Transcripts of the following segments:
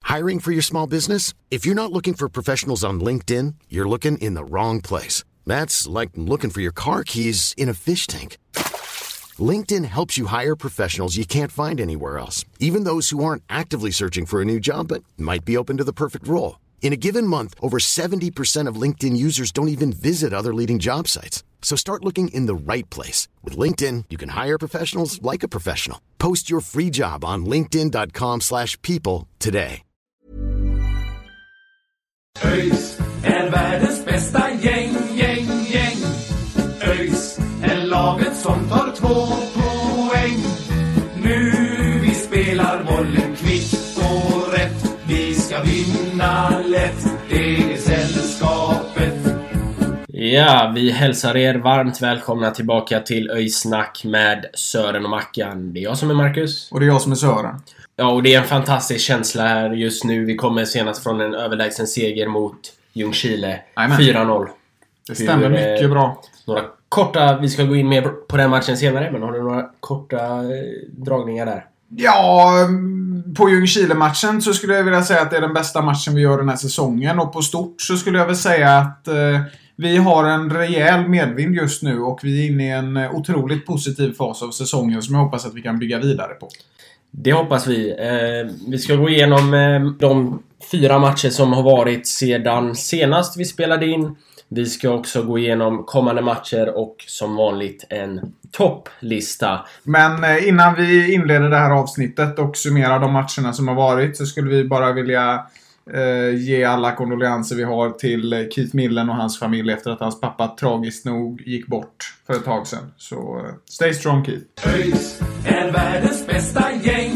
Hiring for your small business? If you're not looking for professionals on LinkedIn, you're looking in the wrong place. That's like looking for your car keys in a fish tank. LinkedIn helps you hire professionals you can't find anywhere else, even those who aren't actively searching for a new job but might be open to the perfect role. In a given month, over 70% of LinkedIn users don't even visit other leading job sites. So start looking in the right place. With LinkedIn, you can hire professionals like a professional. Post your free job on linkedin.com/people today. ÖIS är världens bästa gäng. ÖIS är laget som tar 2 poäng. Nu vi spelar bollen kvitt och rätt. Vi ska vinna lätt, det är sällskapet. Ja, vi hälsar er varmt välkomna tillbaka till ÖIS-snack med Sören och Mackan. Det är jag som är Marcus. Och det är jag som är Sören. Ja, och det är en fantastisk känsla här just nu. Vi kommer senast från en överlägsen seger mot Ljungskile. 4-0. Det stämmer mycket bra. Några korta, vi ska gå in mer på den matchen senare, men har du några korta dragningar där? Ja, på Ljungskile-matchen så skulle jag vilja säga att det är den bästa matchen vi gör den här säsongen. Och på stort så skulle jag väl säga att vi har en rejäl medvind just nu. Och vi är inne i en otroligt positiv fas av säsongen som jag hoppas att vi kan bygga vidare på. Det hoppas vi. Vi ska gå igenom de 4 matcher som har varit sedan senast vi spelade in. Vi ska också gå igenom kommande matcher och som vanligt en topplista. Men innan vi inleder det här avsnittet och summerar de matcherna som har varit så skulle vi bara vilja ge alla kondolenser vi har till Keith Millen och hans familj efter att hans pappa tragiskt nog gick bort för ett tag sedan. Så stay strong, Keith. ÖIS är världens bästa gäng.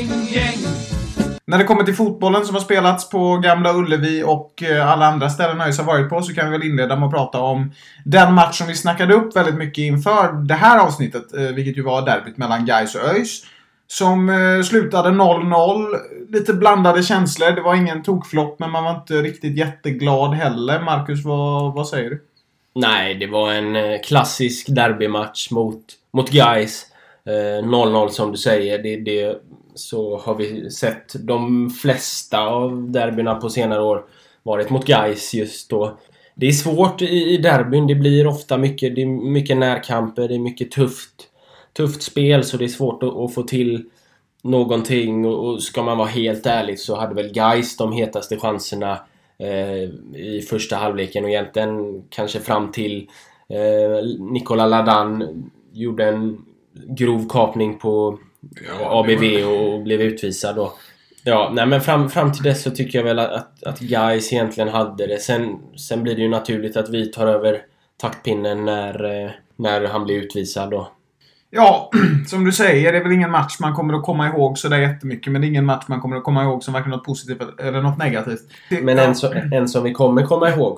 När det kommer till fotbollen som har spelats på Gamla Ullevi och alla andra ställen ÖIS har varit på så kan vi väl inleda med att prata om den match som vi snackade upp väldigt mycket inför det här avsnittet, vilket ju var derbyt mellan Gais och ÖIS. Som slutade 0-0. Lite blandade känslor. Det var ingen tokflopp, men man var inte riktigt jätteglad heller. Marcus, vad säger du? Nej, det var en klassisk derbymatch mot Gais. 0-0 som du säger. Så har vi sett de flesta av derbyna på senare år varit mot Gais just då. Det är svårt i derbyn. Det blir ofta mycket närkamper. Det är mycket tufft spel, så det är svårt att få till någonting. Och ska man vara helt ärlig så hade väl Gais de hetaste chanserna i första halvleken. Och egentligen kanske fram till Nikola Ladan gjorde en grov kapning på ABV och blev utvisad då. Ja, nej, men fram till dess så tycker jag väl att Gais egentligen hade det. Sen blir det ju naturligt att vi tar över taktpinnen när han blir utvisad då. Ja, som du säger, det är väl ingen match man kommer att komma ihåg så där jättemycket. Men det är ingen match man kommer att komma ihåg som varken något positivt eller något negativt. Men en som vi kommer komma ihåg.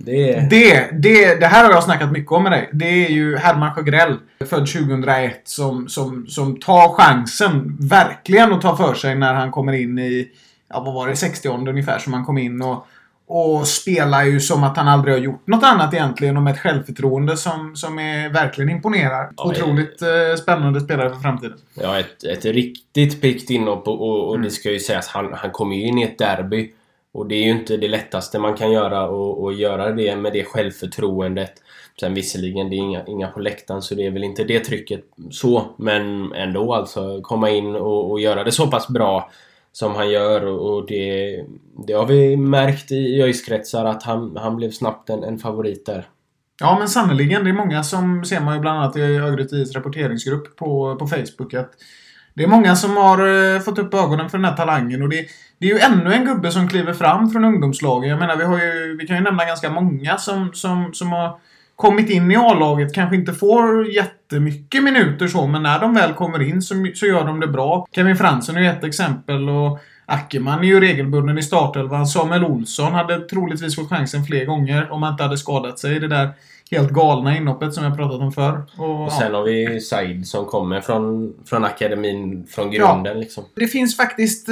Det här har jag snackat mycket om med dig. Det är ju Herman Sjögrell, född 2001, som tar chansen verkligen och tar för sig när han kommer in i, vad var det, 60:e ungefär som han kom in och spelar ju som att han aldrig har gjort något annat egentligen, och med ett självförtroende som är verkligen imponerar. Otroligt spännande spelare för framtiden. Ja, ett riktigt pikt inhopp och det ska ju sägas, han kommer ju in i ett derby. Och det är ju inte det lättaste man kan göra och göra det med det självförtroendet. Sen visserligen, det är inga på läktaren, så det är väl inte det trycket så. Men ändå alltså, komma in och göra det så pass bra som han gör. Och det har vi märkt i ÖIS-kretsar att han blev snabbt en favorit där. Ja, men sannoliken. Det är många som ser man ju bland annat i Örgryte IS rapporteringsgrupp på Facebook att det är många som har fått upp ögonen för den här talangen. Och det är ju ännu en gubbe som kliver fram från ungdomslagen. Jag menar, vi kan ju nämna ganska många som har kommit in i A-laget. Kanske inte får jättemycket minuter så, men när de väl kommer in så gör de det bra. Kevin Fransson är ju ett exempel, och Ackerman är ju regelbunden i startelvan. Samuel Olsson hade troligtvis fått chansen fler gånger om han inte hade skadat sig. Det där helt galna inhoppet som jag pratat om förr. Och sen har vi Said som kommer från akademin, från grunden. Ja, liksom. Det finns faktiskt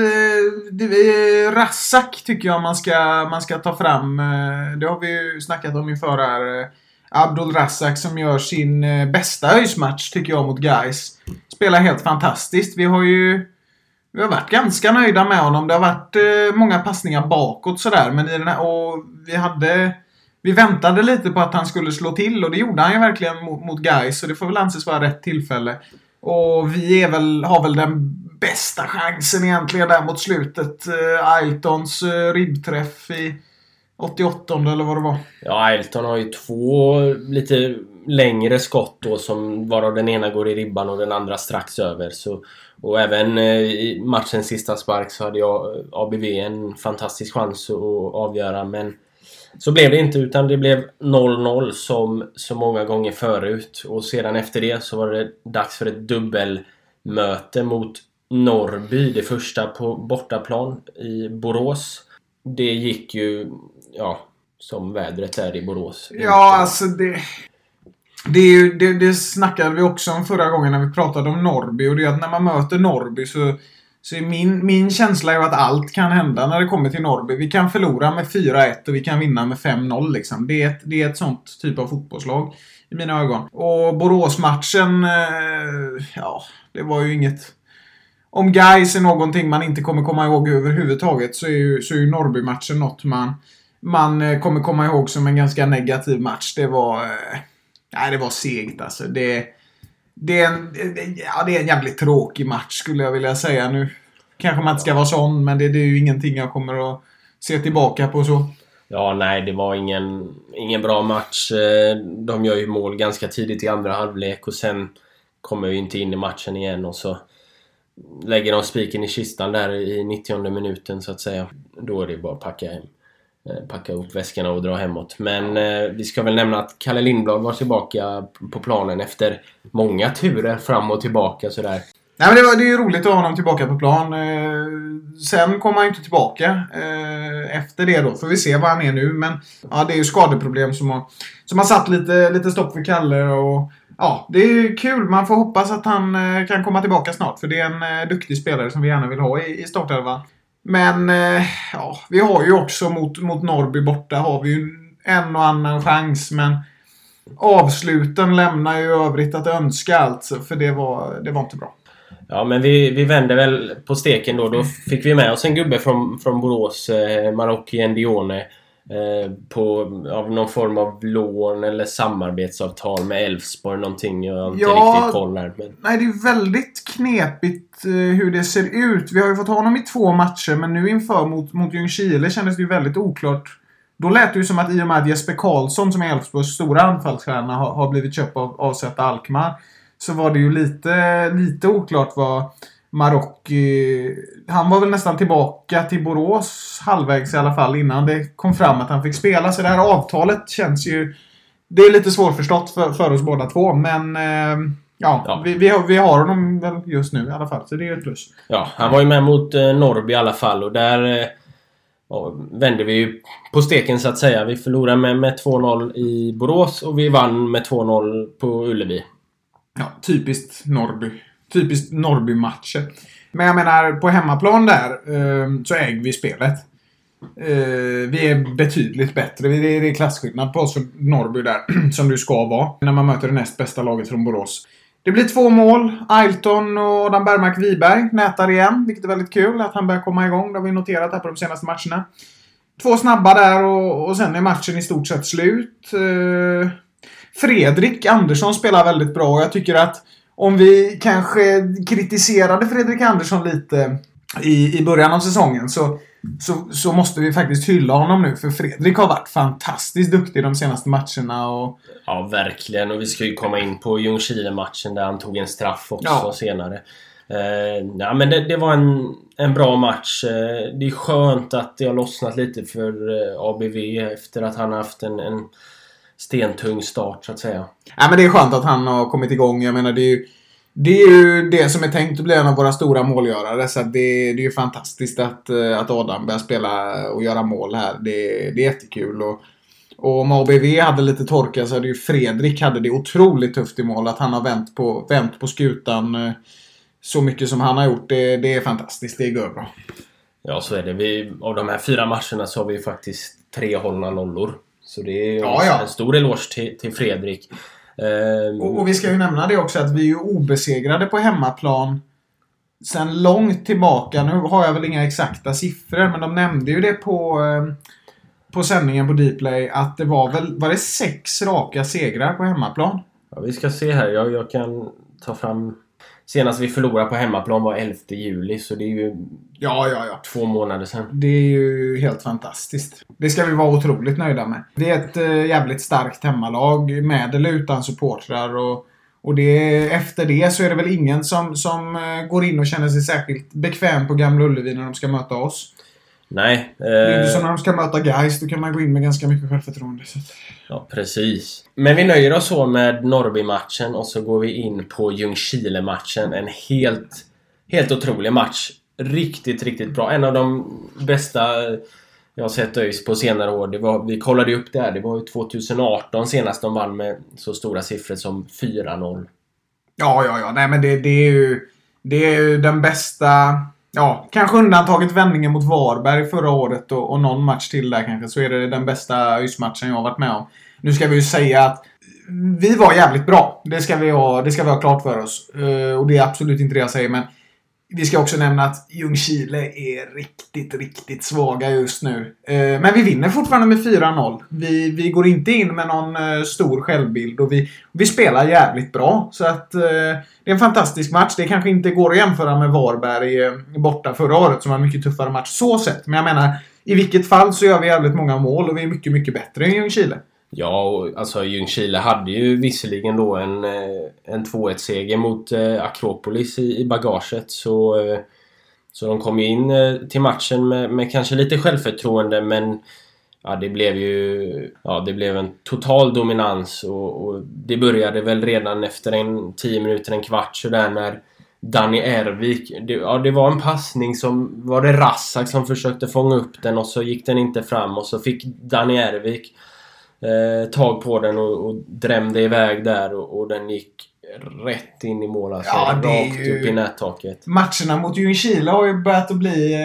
Razak tycker jag man ska ta fram. Det har vi ju snackat om inför här. Abdul Razak som gör sin bästa ÖIS-match tycker jag mot Gais. Spelar helt fantastiskt. Vi har ju Vi har varit ganska nöjda med honom. Det har varit många passningar bakåt sådär. Men i den här, och vi väntade lite på att han skulle slå till. Och det gjorde han ju verkligen mot Gais. Så det får väl anses vara rätt tillfälle. Och vi har väl den bästa chansen egentligen där mot slutet. Ailtons ribbträff i 88 eller vad det var. Ja, Ailton har ju 2 lite längre skott då, som varav den ena går i ribban och den andra strax över. Och även i matchens sista spark så hade ABV en fantastisk chans att avgöra. Men så blev det inte, utan det blev 0-0 som så många gånger förut. Och sedan efter det så var det dags för ett dubbelmöte mot Norrby. Det första på bortaplan i Borås. Det gick ju som vädret är i Borås. Ja, alltså det snackade vi också om förra gången när vi pratade om Norrby. Och det är att när man möter Norrby så är min känsla är att allt kan hända när det kommer till Norrby. Vi kan förlora med 4-1 och vi kan vinna med 5-0 liksom. Det är ett sånt typ av fotbollslag i mina ögon. Och Boråsmatchen, det var ju inget. Om Gais är någonting man inte kommer komma ihåg överhuvudtaget så är ju Norrby-matchen något man kommer komma ihåg som en ganska negativ match. Det var segt alltså. Det är en jävligt tråkig match skulle jag vilja säga nu. Kanske man inte ska vara sån, men det är ju ingenting jag kommer att se tillbaka på så. Ja, nej, det var ingen bra match. De gör ju mål ganska tidigt i andra halvlek och sen kommer vi inte in i matchen igen och så lägger de spiken i kistan där i 90:e minuten så att säga. Då är det bara att packa upp väskorna och dra hemåt. Men vi ska väl nämna att Kalle Lindblad var tillbaka på planen efter många turer fram och tillbaka sådär. Nej, men det är ju roligt att ha honom tillbaka på plan. Sen kommer han inte tillbaka efter det då. Får vi se vad han är nu. Men ja, det är ju skadeproblem som har satt lite stopp för Kalle. Och ja, det är ju kul. Man får hoppas att han kan komma tillbaka snart. För det är en duktig spelare som vi gärna vill ha i startelvan. Men vi har ju också mot Norrby borta har vi ju en och annan chans. Men avsluten lämnar ju övrigt att önska alltså. För det var inte bra. Ja, men vi vände väl på steken då. Då fick vi med oss en gubbe från Borås, Marocchi Ndione, av någon form av lån eller samarbetsavtal med Elfsborg någonting. Jag har inte riktigt koll här. Men... Nej, det är väldigt knepigt hur det ser ut. Vi har ju fått ha honom i 2 matcher, men nu inför mot Ljungskile kändes det ju väldigt oklart. Då lät det ju som att i och med att Jesper Karlsson som är Elfsborgs stora anfallsstjärna har blivit köpt av Zäta Alkmaar, så var det ju lite oklart vad Marocchi... Han var väl nästan tillbaka till Borås halvvägs i alla fall innan det kom fram att han fick spela. Så det här avtalet känns ju... Det är lite svårförstått för oss båda två. Men vi har honom väl just nu i alla fall. Så det är ju ett plus. Ja, han var ju med mot Norrby i alla fall. Och där vände vi ju på steken så att säga. Vi förlorade med 2-0 i Borås och vi vann med 2-0 på Ullevi. Ja, typiskt Norrby-matcher. Men jag menar, på hemmaplan där så äger vi spelet. Vi är betydligt bättre. Det är klasskillnad på oss och Norrby där, som du ska vara när man möter det näst bästa laget från Borås. Det blir 2 mål. Ailton och Adam Bergmark Wiberg nätar igen, vilket är väldigt kul att han börjar komma igång. Det har vi noterat här på de senaste matcherna. 2 snabba där och sen är matchen i stort sett slut. Fredrik Andersson spelar väldigt bra och jag tycker att om vi kanske kritiserade Fredrik Andersson lite i början av säsongen så måste vi faktiskt hylla honom nu, för Fredrik har varit fantastiskt duktig de senaste matcherna. Ja, verkligen. Och vi ska ju komma in på Ljungskile-matchen där han tog en straff också senare. Men det var en bra match. Det är skönt att det har lossnat lite för ABV efter att han har haft en stentung start så att säga. Ja, men det är skönt att han har kommit igång. Jag menar, det är ju det som är tänkt att bli en av våra stora målgörare. Så det är ju fantastiskt att Adam börjar spela och göra mål här. Det är jättekul. Och om ABV hade lite torka så hade ju Fredrik hade det otroligt tufft i mål. Att han har vänt på skutan så mycket som han har gjort. Det är fantastiskt. Det går bra. Ja, så är det. Av de här 4 matcherna så har vi faktiskt 3 hållna nollor. Så det är en stor eloge till Fredrik. Och vi ska ju nämna det också att vi är ju obesegrade på hemmaplan sen långt tillbaka, nu har jag väl inga exakta siffror, men de nämnde ju det på sändningen på Dplay att det var det 6 raka segrar på hemmaplan. Ja, vi ska se här. Jag kan ta fram... Senast vi förlorade på hemmaplan var 11 juli, så det är ju 2 månader sedan. Det är ju helt fantastiskt. Det ska vi vara otroligt nöjda med. Det är ett jävligt starkt hemmalag med eller utan supportrar och efter det så är det väl ingen som går in och känner sig särskilt bekväm på Gamla Ullevi när de ska möta oss. Nej. Det är inte som när de ska möta Gais, då kan man gå in med ganska mycket självförtroende. Ja, precis. Men vi nöjer oss så med Norrby-matchen och så går vi in på Ljungskile-matchen. En helt otrolig match. Riktigt, riktigt bra. En av de bästa jag har sett ÖIS på senare år. Vi kollade upp det här. Det var ju 2018 senast de vann med så stora siffror som 4-0. Ja. Nej, men det är ju den bästa... Ja, kanske undantaget vändningen mot Varberg förra året och någon match till där kanske, så är det den bästa ÖIS-matchen jag har varit med om. Nu ska vi ju säga att vi var jävligt bra. Det ska vi ha klart för oss. Och det är absolut inte det jag säger, men vi ska också nämna att Ljungskile är riktigt, riktigt svaga just nu. Men vi vinner fortfarande med 4-0. Vi går inte in med någon stor självbild och vi spelar jävligt bra. Så att det är en fantastisk match. Det kanske inte går att jämföra med Varberg borta förra året som var en mycket tuffare match så sett. Men jag menar, i vilket fall så gör vi jävligt många mål och vi är mycket, mycket bättre än Ljungskile. Ja, och alltså Ljungskile hade ju visserligen då en 2-1-seger mot Akropolis i bagaget. Så de kom ju in till matchen med kanske lite självförtroende, men ja, det blev en total dominans och det började väl redan efter 10 minuter, en kvart så där när Danny Ervik, det var en passning som var det Rassak som försökte fånga upp den och så gick den inte fram och så fick Danny Ervik tag på den och drämde iväg där och den gick rätt in i mål, alltså, rakt upp i nättaket. Matcherna mot Ljungskile har ju börjat att bli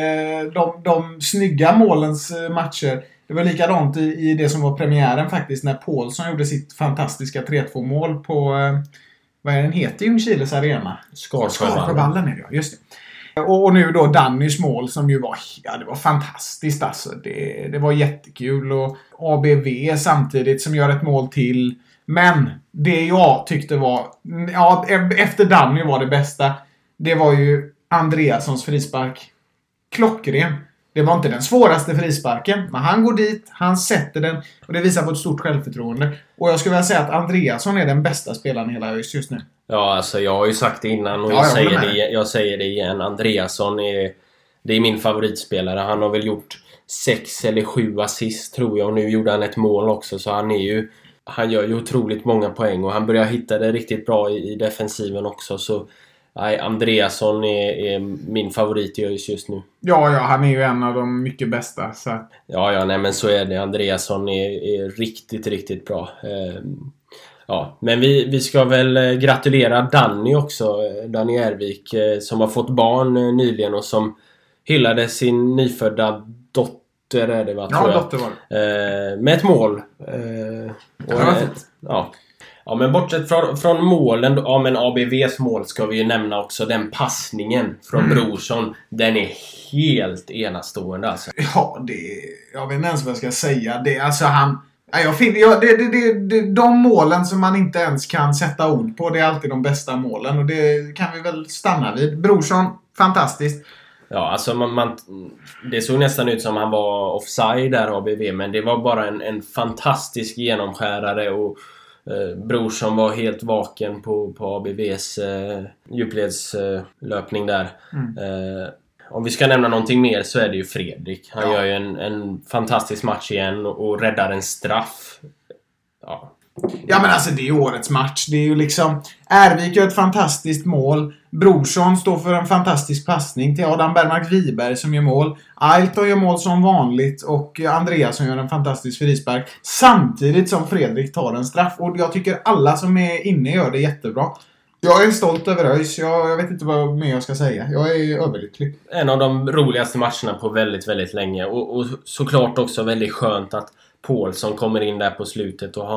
de snygga målens matcher. Det var likadant i det som var premiären faktiskt, när Paulsson gjorde sitt fantastiska 3-2 mål på vad är den heter, Ljungskiles arena? Skarsjövallen är det, just det. Och nu då Dannys mål som ju det var fantastiskt alltså. Det var jättekul och ABV samtidigt som gör ett mål till. Men det jag tyckte var, efter Danny var det bästa, det var ju Andreassons frispark. Klockren. Det var inte den svåraste frisparken, men han går dit, han sätter den och det visar på ett stort självförtroende. Och jag skulle vilja säga att Andreasson är den bästa spelaren i hela ÖIS just nu. Ja, alltså jag har ju sagt det innan och jag säger det igen. Andreasson är min favoritspelare. Han har väl gjort 6 eller 7 assist tror jag och nu gjorde han ett mål också, så han gör ju otroligt många poäng och han börjar hitta det riktigt bra i defensiven också, så Andreasson är min favorit i ÖIS just nu. Ja, han är ju en av de mycket bästa. Så. Ja, nej men så är det. Andreasson är riktigt, riktigt bra. Ja, men vi ska väl gratulera Danny också. Danny Ervik som har fått barn nyligen och som hyllade sin nyfödda dotter är det, va? Ja, dotter var det. Med ett mål. Ja, men bortsett från målen, ja, men ABVs mål ska vi ju nämna också. Den passningen från Brorsson, den är helt enastående alltså. Ja, jag vet inte ens vad jag ska säga. De målen som man inte ens kan sätta ord på, det är alltid de bästa målen och det kan vi väl stanna vid. Brorsson, fantastiskt. Ja, alltså det såg nästan ut som han var offside där ABV, men det var bara en fantastisk genomskärare och Brorsson var helt vaken på ABVs djupledslöpning där. Om vi ska nämna någonting mer så är det ju Fredrik. Han gör ju en fantastisk match igen och räddar en straff. Ja, men alltså det är ju årets match. Det är ju liksom Ervik gör ett fantastiskt mål. Brorsson står för en fantastisk passning till Adam Bergmark Wiberg som gör mål. Ailton gör mål som vanligt och Andreas som gör en fantastisk frispark. Samtidigt som Fredrik tar en straff. Och jag tycker alla som är inne gör det jättebra. Jag är stolt över ÖIS. Jag vet inte vad mer jag ska säga. Jag är överlycklig. En av de roligaste matcherna på väldigt, väldigt länge. Och såklart också väldigt skönt att Paulsson kommer in där på slutet och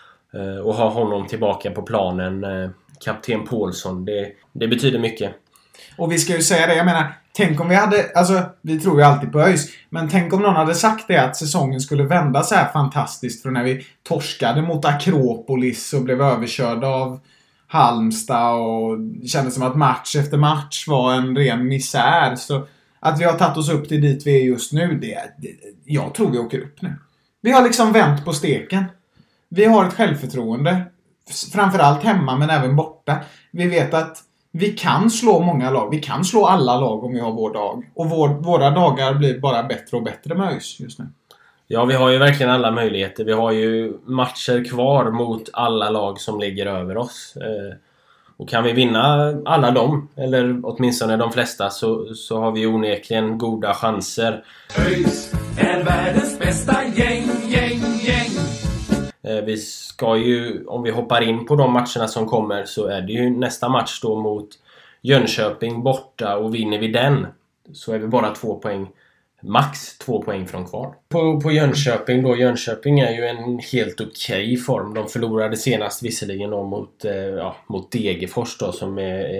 har honom tillbaka på planen. Kapten Paulsson. Det betyder mycket. Och vi ska ju säga det, jag menar, tänk om vi hade, alltså vi tror ju alltid på ÖIS, men tänk om någon hade sagt det att säsongen skulle vända så här fantastiskt från när vi torskade mot Akropolis och blev överkörda av Halmstad och det kändes som att match efter match var en ren misär. Så att vi har tagit oss upp till dit vi är just nu, jag tror vi åker upp nu. Vi har liksom vänt på steken. Vi har ett självförtroende. Framförallt hemma men även borta. Vi vet att vi kan slå många lag. Vi kan slå alla lag om vi har vår dag. Och våra dagar blir bara bättre och bättre med ÖIS just nu. Ja, vi har ju verkligen alla möjligheter. Vi har ju matcher kvar mot alla lag som ligger över oss. Och kan vi vinna alla dem, eller åtminstone de flesta, så har vi onekligen goda chanser. ÖIS är världens bästa gäng. Vi ska ju, om vi hoppar in på de matcherna som kommer, så är det ju nästa match då mot Jönköping borta, och vinner vi den så är vi bara 2 poäng, max 2 poäng från kvar. På Jönköping då, Jönköping är ju en helt okej form. De förlorade senast visserligen då mot Degerfors då, som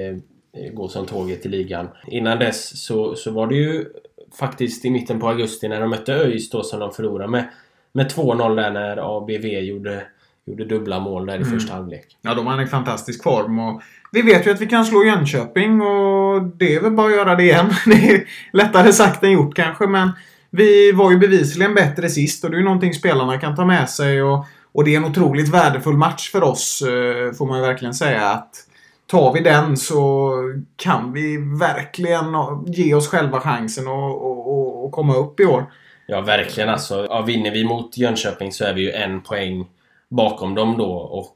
går som tåget i ligan. Innan dess så var det ju faktiskt i mitten på augusti när de mötte ÖIS då som de förlorade med 2-0 där när ABV gjorde dubbla mål där i första halvlek. Ja, de har en fantastisk form och vi vet ju att vi kan slå Jönköping och det är väl bara att göra det igen. Det är lättare sagt än gjort kanske, men vi var ju bevisligen bättre sist och det är ju någonting spelarna kan ta med sig och det är en otroligt värdefull match för oss, får man ju verkligen säga, att tar vi den så kan vi verkligen ge oss själva chansen och komma upp i år. Ja, verkligen alltså. Ja, vinner vi mot Jönköping så är vi ju 1 poäng bakom dem då och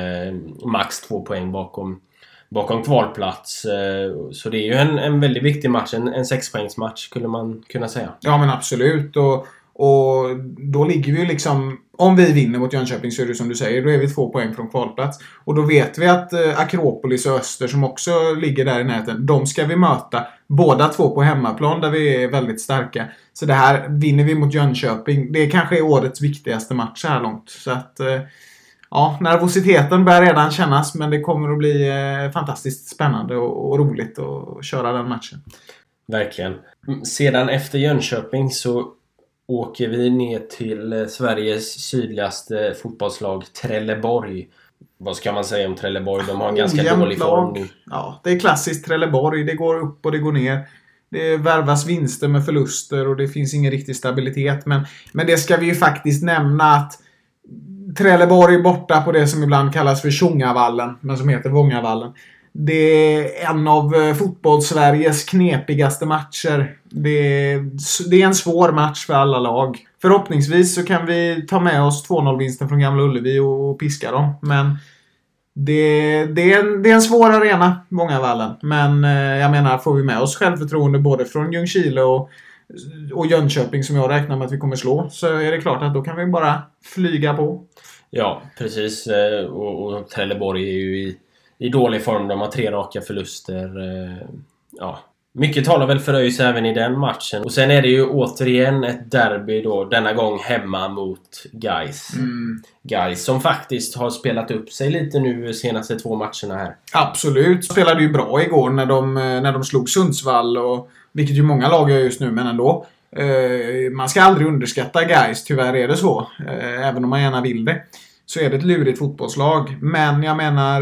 max 2 poäng bakom kvalplats. Så det är ju en väldigt viktig match, en 6-poängsmatch skulle man kunna säga. Ja, men absolut. Och då ligger vi ju liksom, om vi vinner mot Jönköping så är det som du säger, då är vi 2 poäng från kvalplats. Och då vet vi att Akropolis och Öster som också ligger där i närheten, de ska vi möta båda 2 på hemmaplan där vi är väldigt starka. Så det här, vinner vi mot Jönköping, det kanske är årets viktigaste match så här långt. Så att ja, nervositeten börjar redan kännas, men det kommer att bli fantastiskt spännande och roligt att köra den matchen. Verkligen. Sedan efter Jönköping så åker vi ner till Sveriges sydligaste fotbollslag, Trelleborg. Vad ska man säga om Trelleborg? De har en ganska dålig form. Ja, det är klassiskt Trelleborg. Det går upp och det går ner. Det värvas vinster med förluster och det finns ingen riktig stabilitet. Men det ska vi ju faktiskt nämna att Trelleborg borta på det som ibland kallas för Tjongavallen, men som heter Vångavallen. Det är en av fotbollssveriges knepigaste matcher. Det är en svår match för alla lag. Förhoppningsvis så kan vi ta med oss 2-0-vinsten från Gamla Ullevi och piska dem. Men det är en svår arena, Vångavallen. Men jag menar, får vi med oss självförtroende både från Ljungskile och Jönköping som jag räknar med att vi kommer slå, så är det klart att då kan vi bara flyga på. Ja, precis. Och Trelleborg är ju i dålig form. De har 3 raka förluster. Ja, mycket talar väl för ÖIS även i den matchen. Och sen är det ju återigen ett derby då, denna gång hemma mot Gais. Gais som faktiskt har spelat upp sig lite nu senaste 2 matcherna här. Absolut. Spelade ju bra igår när de slog Sundsvall, och vilket ju många lag gör just nu, men ändå. Man ska aldrig underskatta Gais, tyvärr är det så. Även om man gärna vill det. Så är det ett lurigt fotbollslag. Men jag menar,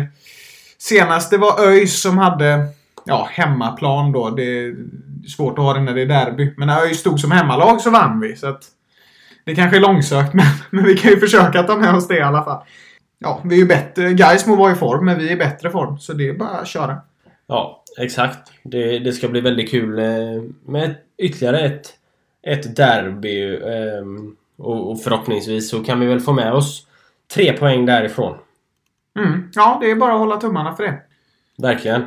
senast det var ÖIS som hade hemmaplan då. Det är svårt att ha det när det är derby. Men när ÖIS stod som hemmalag så vann vi. Så att det kanske är långsökt, men vi kan ju försöka ta med oss det i alla fall. Ja, vi är ju bättre. Gais må vara i form, men vi är i bättre form. Så det är bara att köra. Ja, exakt. Det ska bli väldigt kul med ytterligare ett derby. Och förhoppningsvis så kan vi väl få med oss 3 poäng därifrån. Ja, det är bara att hålla tummarna för det. Verkligen.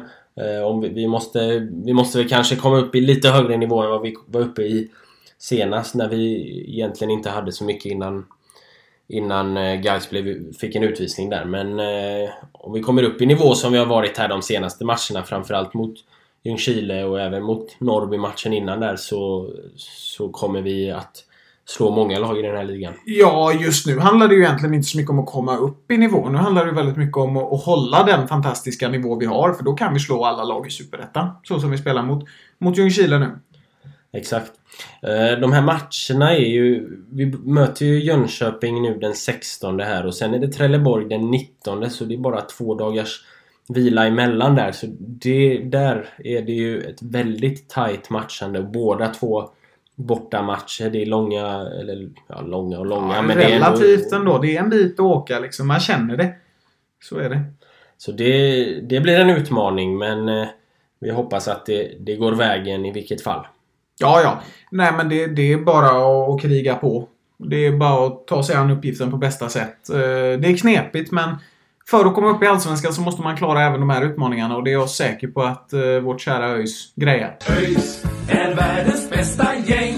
Vi måste väl kanske komma upp i lite högre nivå än vad vi var uppe i senast, när vi egentligen inte hade så mycket innan Gais fick en utvisning där. Men om vi kommer upp i nivå som vi har varit här de senaste matcherna, framförallt mot Ljungskile och även mot Norrby matchen innan där, så kommer vi att slå många lag i den här ligan. Ja, just nu handlar det ju egentligen inte så mycket om att komma upp i nivå. Nu handlar det väldigt mycket om att hålla den fantastiska nivå vi har. För då kan vi slå alla lag i Superettan. Så som vi spelar mot Ljungskile nu. Exakt. De här matcherna är ju... Vi möter ju Jönköping nu den 16 här. Och sen är det Trelleborg den 19. Så det är bara 2 dagars vila emellan där. Så där är det ju ett väldigt tajt matchande. Och båda 2 bortamatcher. Det är långa... Eller ja, långa och långa. Ja, men relativt ändå. Det är en bit att åka liksom. Man känner det. Så är det. Så det blir en utmaning. Men vi hoppas att det går vägen i vilket fall. Ja. Nej, men det är bara att kriga på. Det är bara att ta sig an uppgiften på bästa sätt. Det är knepigt, men för att komma upp i Allsvenskan så måste man klara även de här utmaningarna. Och det är jag säker på att vårt kära ÖIS grejer. ÖIS är världens bästa gäng.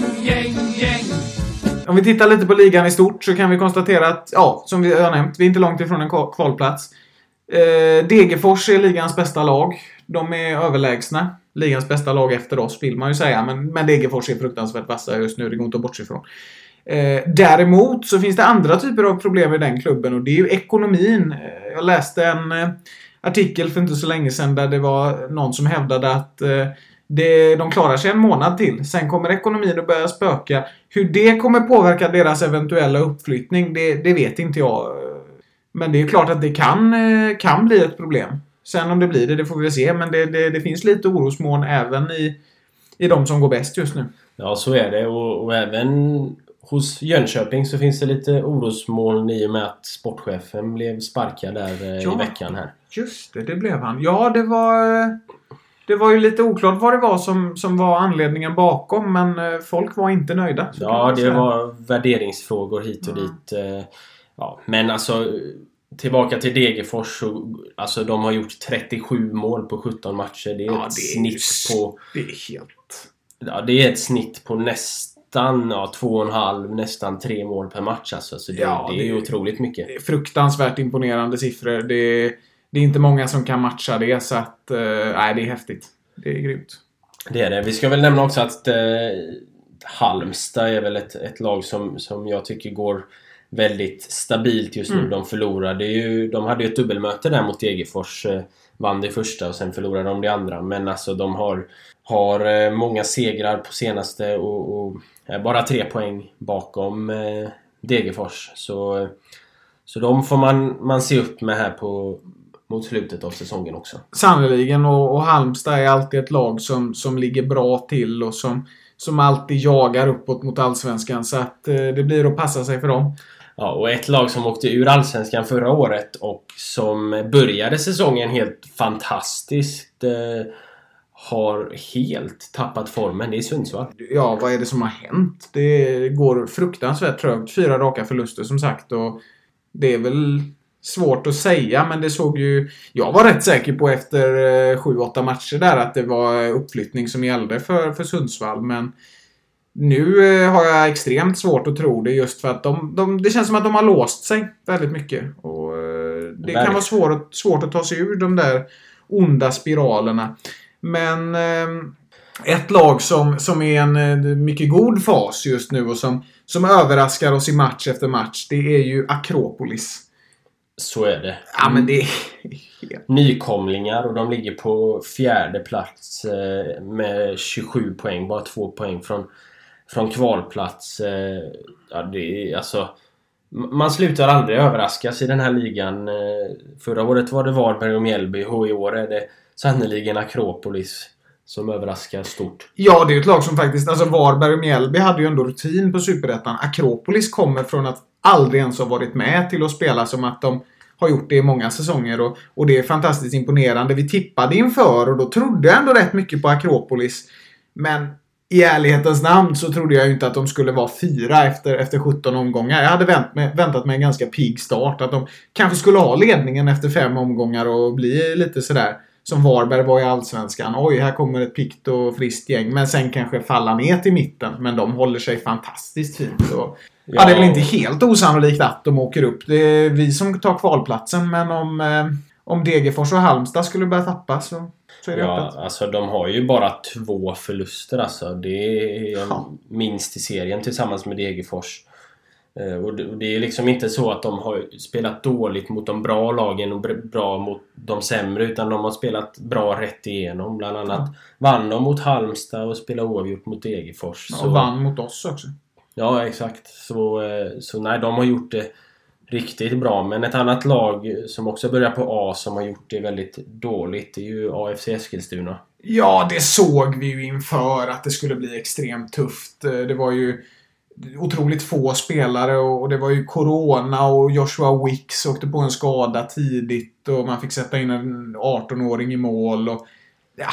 Om vi tittar lite på ligan i stort så kan vi konstatera att, ja, som vi har nämnt, vi är inte långt ifrån en kvalplats. Degerfors är ligans bästa lag. De är överlägsna. Ligans bästa lag efter oss vill man ju säga. Men Degerfors är fruktansvärt vassa just nu. Det går inte att bortse ifrån. Däremot så finns det andra typer av problem i den klubben. Och det är ju ekonomin. Jag läste en artikel för inte så länge sedan där det var någon som hävdade att de klarar sig en månad till. Sen kommer ekonomin att börja spöka. Hur det kommer påverka deras eventuella uppflyttning, det vet inte jag. Men det är klart att det kan bli ett problem. Sen om det blir det får vi se. Men det finns lite orosmoln även i de som går bäst just nu. Ja, så är det. Och även hos Jönköping så finns det lite orosmoln i och med att sportchefen blev sparkad där i veckan här. Just det blev han. Ja, det var ju lite oklart vad det var som var anledningen bakom. Men folk var inte nöjda. Ja, det var värderingsfrågor hit och dit. Ja, men alltså... Tillbaka till Degerfors. Alltså de har gjort 37 mål på 17 matcher. Det är ett snitt på... Det är helt... Ja, det är ett snitt på nästan 2,5, nästan 3 mål per match. Alltså. Så det är otroligt mycket. Det är fruktansvärt imponerande siffror. Det är inte många som kan matcha det. Så att, nej, det är häftigt. Det är grymt. Det är det. Vi ska väl nämna också att Halmstad är väl ett lag som jag tycker går... väldigt stabilt just nu. De förlorade ju... De hade ju ett dubbelmöte där mot Degerfors. Vann det första och sen förlorade de det andra. Men alltså de har många segrar på senaste och är bara 3 poäng bakom Degerfors. Så de får man se upp med här mot slutet av säsongen också. Sannoliken, och Halmstad är alltid ett lag som ligger bra till och som alltid jagar uppåt mot Allsvenskan. Så att det blir att passa sig för dem. Ja, och ett lag som åkte ur Allsvenskan förra året och som började säsongen helt fantastiskt har helt tappat formen. Det är Sundsvall. Ja, vad är det som har hänt? Det går fruktansvärt trögt. 4 raka förluster som sagt. Och det är väl svårt att säga, men det såg ju... Jag var rätt säker på efter 7-8 matcher där att det var uppflyttning som gällde för Sundsvall. Men nu har jag extremt svårt att tro det just för att det känns som att de har låst sig väldigt mycket. Och det kan vara svårt att ta sig ur de där onda spiralerna. Men ett lag som är en mycket god fas just nu och som överraskar oss i match efter match, det är ju Akropolis. Så är det. Ja, men det är... Nykomlingar och de ligger på 4:e plats med 27 poäng. Bara 2 poäng från kvalplats. Ja, det är alltså... Man slutar aldrig överraskas i den här ligan. Förra året var det Varberg och Mjällby och i år är det sannoliken Akropolis som överraskar stort. Ja, det är ett lag som faktiskt... Alltså Varberg och Mjällby hade ju ändå rutin på Superettan. Akropolis kommer från att aldrig ens ha varit med till att spela som att de har gjort det i många säsonger. Och det är fantastiskt imponerande. Vi tippade inför och då trodde jag ändå rätt mycket på Akropolis. Men i ärlighetens namn så trodde jag ju inte att de skulle vara 4 efter 17 omgångar. Jag hade väntat mig en ganska pigg start. Att de kanske skulle ha ledningen efter 5 omgångar och bli lite sådär som Varberg var i Allsvenskan. Oj, här kommer ett pikt och friskt gäng. Men sen kanske falla ner till mitten. Men de håller sig fantastiskt fint. Så, ja, det är väl inte helt osannolikt att de åker upp. Det är vi som tar kvalplatsen. Men om Degerfors och Halmstad skulle börja tappa så... Så är det Ja, öppet. alltså de har ju bara 2 förluster alltså. Det är minst i serien tillsammans med Degerfors. Och det är liksom inte så att de har spelat dåligt mot de bra lagen och bra mot de sämre, utan de har spelat bra rätt igenom. Bland annat vann de mot Halmstad och spelade oavgjort mot Degerfors. Och vann mot oss också. Ja, exakt. Så nej, de har gjort det riktigt bra. Men ett annat lag som också börjar på A som har gjort det väldigt dåligt, det är ju AFC Eskilstuna. Ja, det såg vi ju inför att det skulle bli extremt tufft. Det var ju otroligt få spelare och det var ju corona och Joshua Wicks åkte på en skada tidigt och man fick sätta in en 18-åring i mål och ja,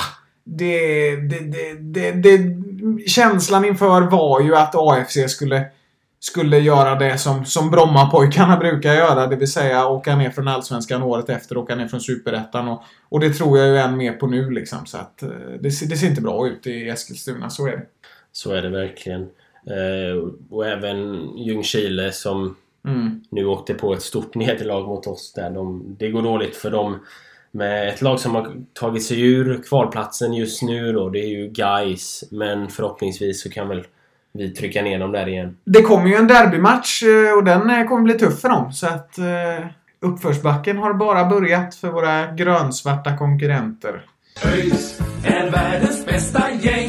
känslan inför var ju att AFC skulle göra det som Brommapojkarna brukar göra, det vill säga åka ner från Allsvenskan året efter, åka ner från Superettan och det tror jag ju än mer på nu liksom, så att det ser inte bra ut i Eskilstuna, så är det. Så är det verkligen. Och även Ljungskile som nu åkte på ett stort nederlag mot oss där. Det går dåligt för dem. Med ett lag som har tagit sig ur kvalplatsen just nu då, det är ju Gais. Men förhoppningsvis så kan väl vi trycka ner dem där igen. Det kommer ju en derbymatch och den kommer bli tuff för dem. Så att uppförsbacken har bara börjat för våra grönsvarta konkurrenter. ÖIS är världens bästa gäng.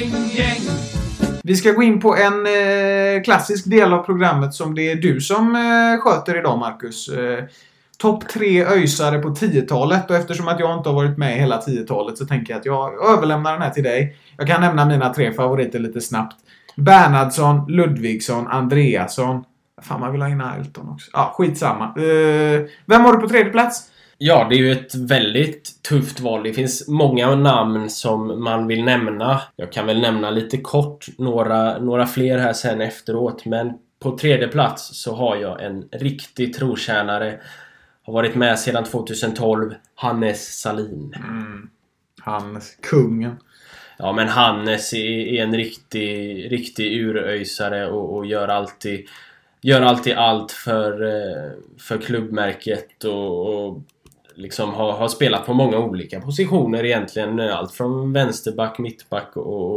Vi ska gå in på en klassisk del av programmet som det är du som sköter idag, Marcus. Topp 3 öjsare på 10-talet, och eftersom att jag inte har varit med hela 10-talet så tänker jag att jag överlämnar den här till dig. Jag kan nämna mina 3 favoriter lite snabbt. Bernhardsson, Ludvigsson, Andreasson. Fan, man vill ha in Ailton också. Ja, skitsamma. Vem har du på 3:e plats? Ja, det är ju ett väldigt tufft val. Det finns många namn som man vill nämna. Jag kan väl nämna lite kort några fler här sen efteråt. Men på 3:e plats så har jag en riktig trotjänare. Har varit med sedan 2012. Hannes Salin. Hannes, kungen. Ja, men Hannes är en riktig uröjsare och gör alltid allt för klubbmärket och liksom har spelat på många olika positioner egentligen. Allt från vänsterback, mittback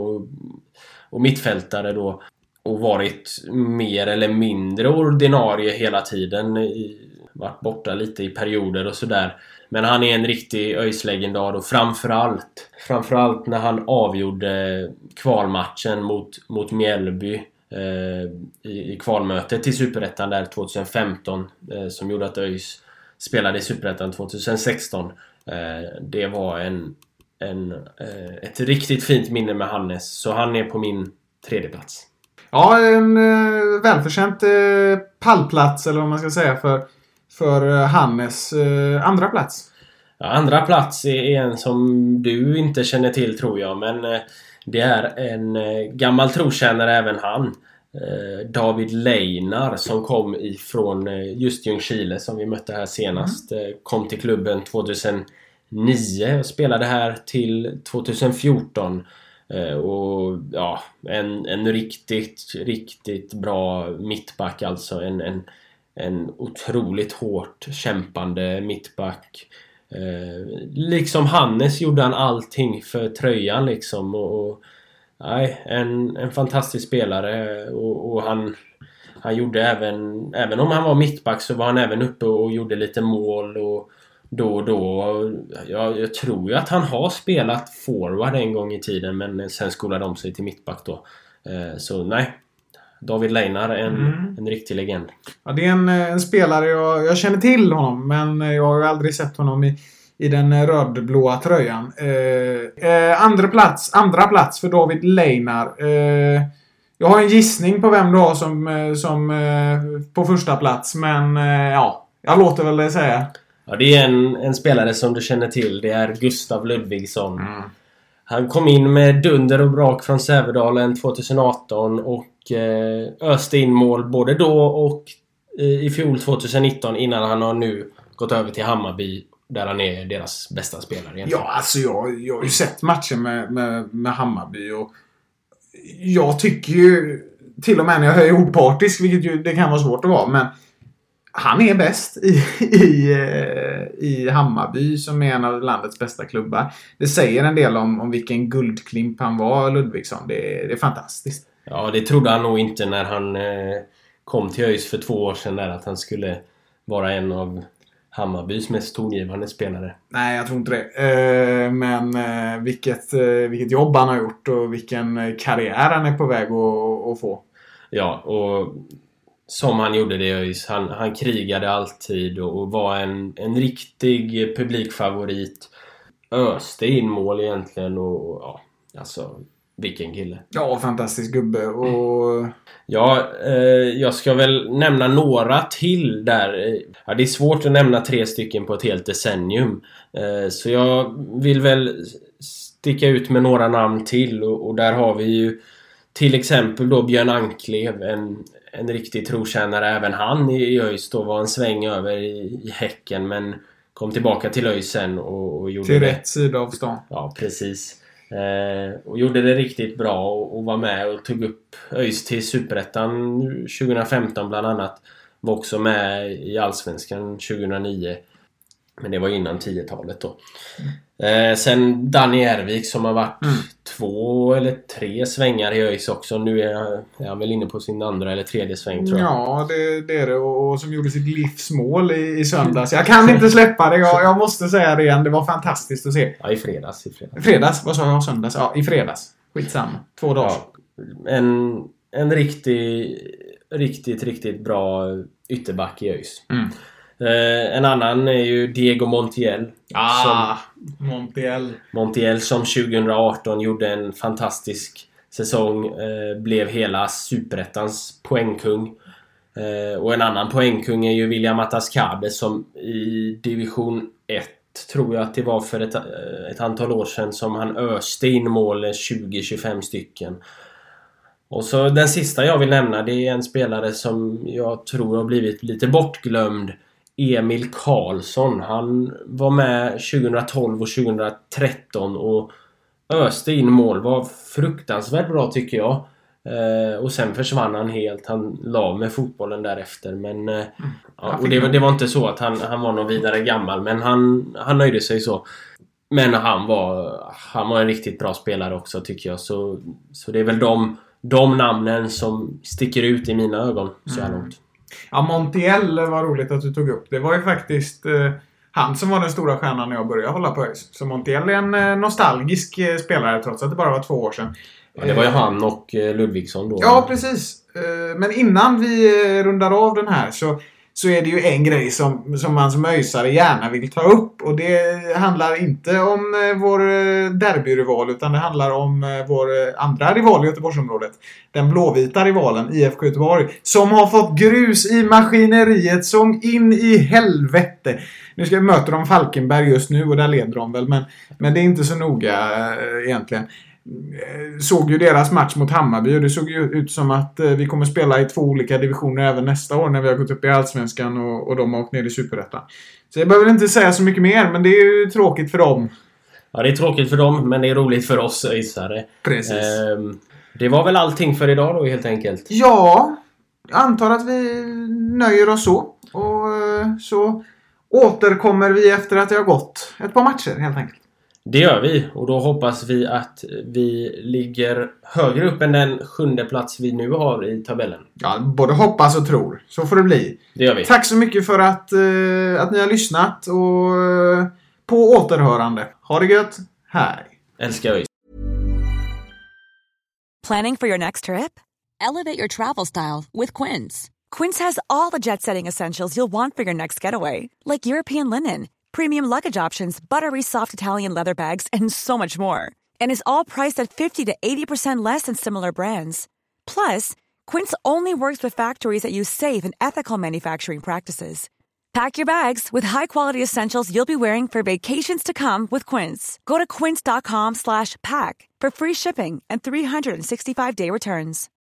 och mittfältare då. Och varit mer eller mindre ordinarie hela tiden. Varit borta lite i perioder och sådär. Men han är en riktig ÖIS-legendar och framförallt när han avgjorde kvalmatchen mot Mjällby i kvalmötet till Superettan där 2015 som gjorde att ÖIS spelade i Superettan 2016. Det var ett riktigt fint minne med Hannes, så han är på min 3:e plats. Ja, en välförtjänt pallplats eller vad man ska säga för Hannes. Andra plats. Ja, andra plats är en som du inte känner till, tror jag, men det är en gammal trotjänare även han. David Leinar som kom ifrån just Ljungskile som vi mötte här senast. Kom till klubben 2009 och spelade här till 2014. Och ja, en riktigt bra mittback, alltså en otroligt hårt kämpande mittback. Liksom Hannes gjorde han allting för tröjan liksom, och nej, en fantastisk spelare, och han gjorde även om han var mittback så var han även uppe och gjorde lite mål och då. Jag tror ju att han har spelat forward en gång i tiden, men sen skolade de sig till mittback då. Så nej, David Leinar, en riktig legend. Ja, det är en spelare, jag känner till honom, men jag har ju aldrig sett honom i den rödblåa tröjan. Andra plats för David Leinar. Jag har en gissning på vem du har som på första plats, men ja, jag låter väl det säga. Ja, det är en spelare som du känner till. Det är Gustav Ludvigsson. Han kom in med dunder och brak från Sävedalen 2018 och öste in mål både då och i fjol 2019, innan han har nu gått över till Hammarby där han är deras bästa spelare egentligen. Ja, alltså jag har ju sett matchen med Hammarby och jag tycker ju, till och med när jag är opartisk, vilket ju det kan vara svårt att vara, men Han är bäst i Hammarby, som är en av landets bästa klubbar. Det säger en del om vilken guldklimp han var, Ludvigsson. Det är fantastiskt. Ja, det trodde han nog inte när han kom till ÖIS för 2 år sedan, där att han skulle vara en av Hammarbys mest tongivande spelare. Nej, jag tror inte det. Men vilket jobb han har gjort och vilken karriär han är på väg att få. Ja, och som han gjorde det i ÖIS. Han krigade alltid och var en riktig publikfavorit. Öste in mål egentligen och ja, alltså vilken kille. Ja, fantastisk gubbe. Och... Ja, jag ska väl nämna några till där. Ja, det är svårt att nämna 3 stycken på ett helt decennium. Så jag vill väl sticka ut med några namn till. Och där har vi ju till exempel då Björn Anklev, en riktig trotjänare. Även han i ÖIS då var en sväng över i Häcken, men kom tillbaka till ÖIS sen och gjorde till det. Rätt sida av stan. Ja, precis. Och gjorde det riktigt bra och var med och tog upp ÖIS till Superettan 2015 bland annat. Var också med i Allsvenskan 2009. Men det var innan 10-talet då. Sen Danny Ervik som har varit 2 eller 3 svängar i ÖIS också. Nu är han väl inne på sin andra eller 3:e sväng, tror jag. Ja, det är det. Och som gjorde sitt livsmål i söndags. Jag kan inte släppa det. Jag måste säga det igen. Det var fantastiskt att se. Ja, i fredags. Fredags? Vad sa jag? Söndags? Ja, i fredags. Skitsamma. 2 dagar. Ja, en riktigt bra ytterback i ÖIS. En annan är ju Diego Montiel. Montiel som 2018 gjorde en fantastisk säsong. Blev hela Superettans poängkung. Och en annan poängkung är ju William Ataskabe, som i division 1, tror jag att det var för ett antal år sedan, som han öste in mål 20-25 stycken. Och så den sista jag vill nämna, det är en spelare som jag tror har blivit lite bortglömd. Emil Karlsson. Han var med 2012 och 2013 och öste in mål. Var fruktansvärt bra, tycker jag. Och sen försvann han helt. Han la med fotbollen därefter. Men ja, och det var inte så att han var någon vidare gammal. Men han nöjde sig så. Men han var en riktigt bra spelare också, tycker jag. Så det är väl de namnen som sticker ut i mina ögon så här långt. Ja, Montiel var roligt att du tog upp. Det var ju faktiskt han som var den stora stjärnan när jag började hålla på ÖIS. Så Montiel är en nostalgisk spelare, trots att det bara var 2 år sedan. Ja, det var ju han och Ludvigsson då. Ja, precis. Men innan vi rundar av den här så är det ju en grej som man som ÖISare gärna vill ta upp. Och det handlar inte om vår derbyrival, utan det handlar om vår andra rival i Göteborgsområdet. Den blåvita rivalen, IFK Göteborg, som har fått grus i maskineriet som in i helvete. Nu ska vi möta dem Falkenberg just nu och där leder de väl. Men det är inte så noga egentligen. Såg ju deras match mot Hammarby och det såg ju ut som att vi kommer spela i 2 olika divisioner även nästa år när vi har gått upp i Allsvenskan och de har åkt ner i Superettan. Så jag behöver inte säga så mycket mer, men det är ju tråkigt för dem. Ja, det är tråkigt för dem, men det är roligt för oss ÖISare. Precis. Det var väl allting för idag då, helt enkelt. Ja, jag antar att vi nöjer oss så. Och så återkommer vi efter att det har gått ett par matcher, helt enkelt. Det gör vi, och då hoppas vi att vi ligger högre upp än den 7:e plats vi nu har i tabellen. Ja, både hoppas och tror. Så får det bli. Det gör vi. Tack så mycket för att ni har lyssnat och på återhörande. Ha det gött. Hej. Älskar vi. Planning for your next trip? Elevate your travel style with Quince. Quince has all the jet-setting essentials you'll want for your next getaway, like European linen, premium luggage options, buttery soft Italian leather bags, and so much more. And is all priced at 50 to 80% less than similar brands. Plus, Quince only works with factories that use safe and ethical manufacturing practices. Pack your bags with high-quality essentials you'll be wearing for vacations to come with Quince. Go to quince.com/pack for free shipping and 365-day returns.